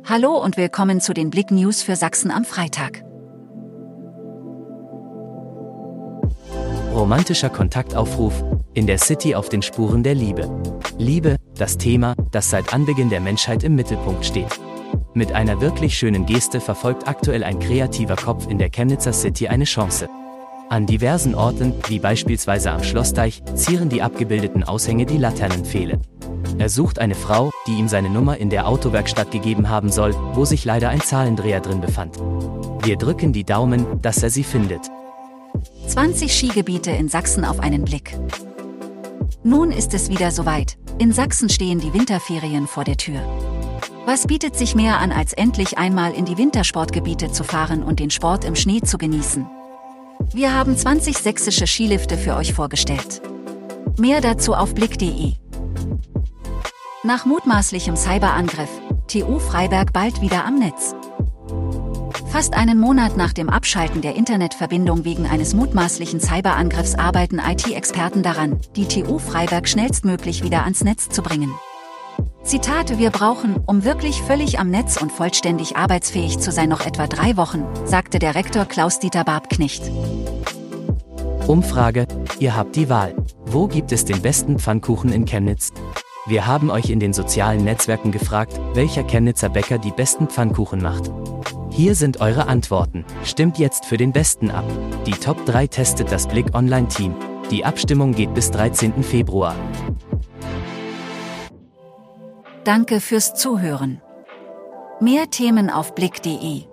Hallo und willkommen zu den Blick News für Sachsen am Freitag. Romantischer Kontaktaufruf, in der City auf den Spuren der Liebe. Liebe, das Thema, das seit Anbeginn der Menschheit im Mittelpunkt steht. Mit einer wirklich schönen Geste verfolgt aktuell ein kreativer Kopf in der Chemnitzer City eine Chance. An diversen Orten, wie beispielsweise am Schlossdeich, zieren die abgebildeten Aushänge die Laternenpfähle. Er sucht eine Frau, die ihm seine Nummer in der Autowerkstatt gegeben haben soll, wo sich leider ein Zahlendreher drin befand. Wir drücken die Daumen, dass er sie findet. 20 Skigebiete in Sachsen auf einen Blick. Nun ist es wieder soweit. In Sachsen stehen die Winterferien vor der Tür. Was bietet sich mehr an, als endlich einmal in die Wintersportgebiete zu fahren und den Sport im Schnee zu genießen? Wir haben 20 sächsische Skilifte für euch vorgestellt. Mehr dazu auf blick.de. Nach mutmaßlichem Cyberangriff, TU Freiberg bald wieder am Netz. Fast einen Monat nach dem Abschalten der Internetverbindung wegen eines mutmaßlichen Cyberangriffs arbeiten IT-Experten daran, die TU Freiberg schnellstmöglich wieder ans Netz zu bringen. Zitat: Wir brauchen, um wirklich völlig am Netz und vollständig arbeitsfähig zu sein, noch etwa 3 Wochen, sagte der Rektor Klaus-Dieter Barbknecht. Umfrage: Ihr habt die Wahl. Wo gibt es den besten Pfannkuchen in Chemnitz? Wir haben euch in den sozialen Netzwerken gefragt, welcher Chemnitzer Bäcker die besten Pfannkuchen macht. Hier sind eure Antworten. Stimmt jetzt für den besten ab. Die Top 3 testet das Blick Online-Team. Die Abstimmung geht bis 13. Februar. Danke fürs Zuhören. Mehr Themen auf blick.de.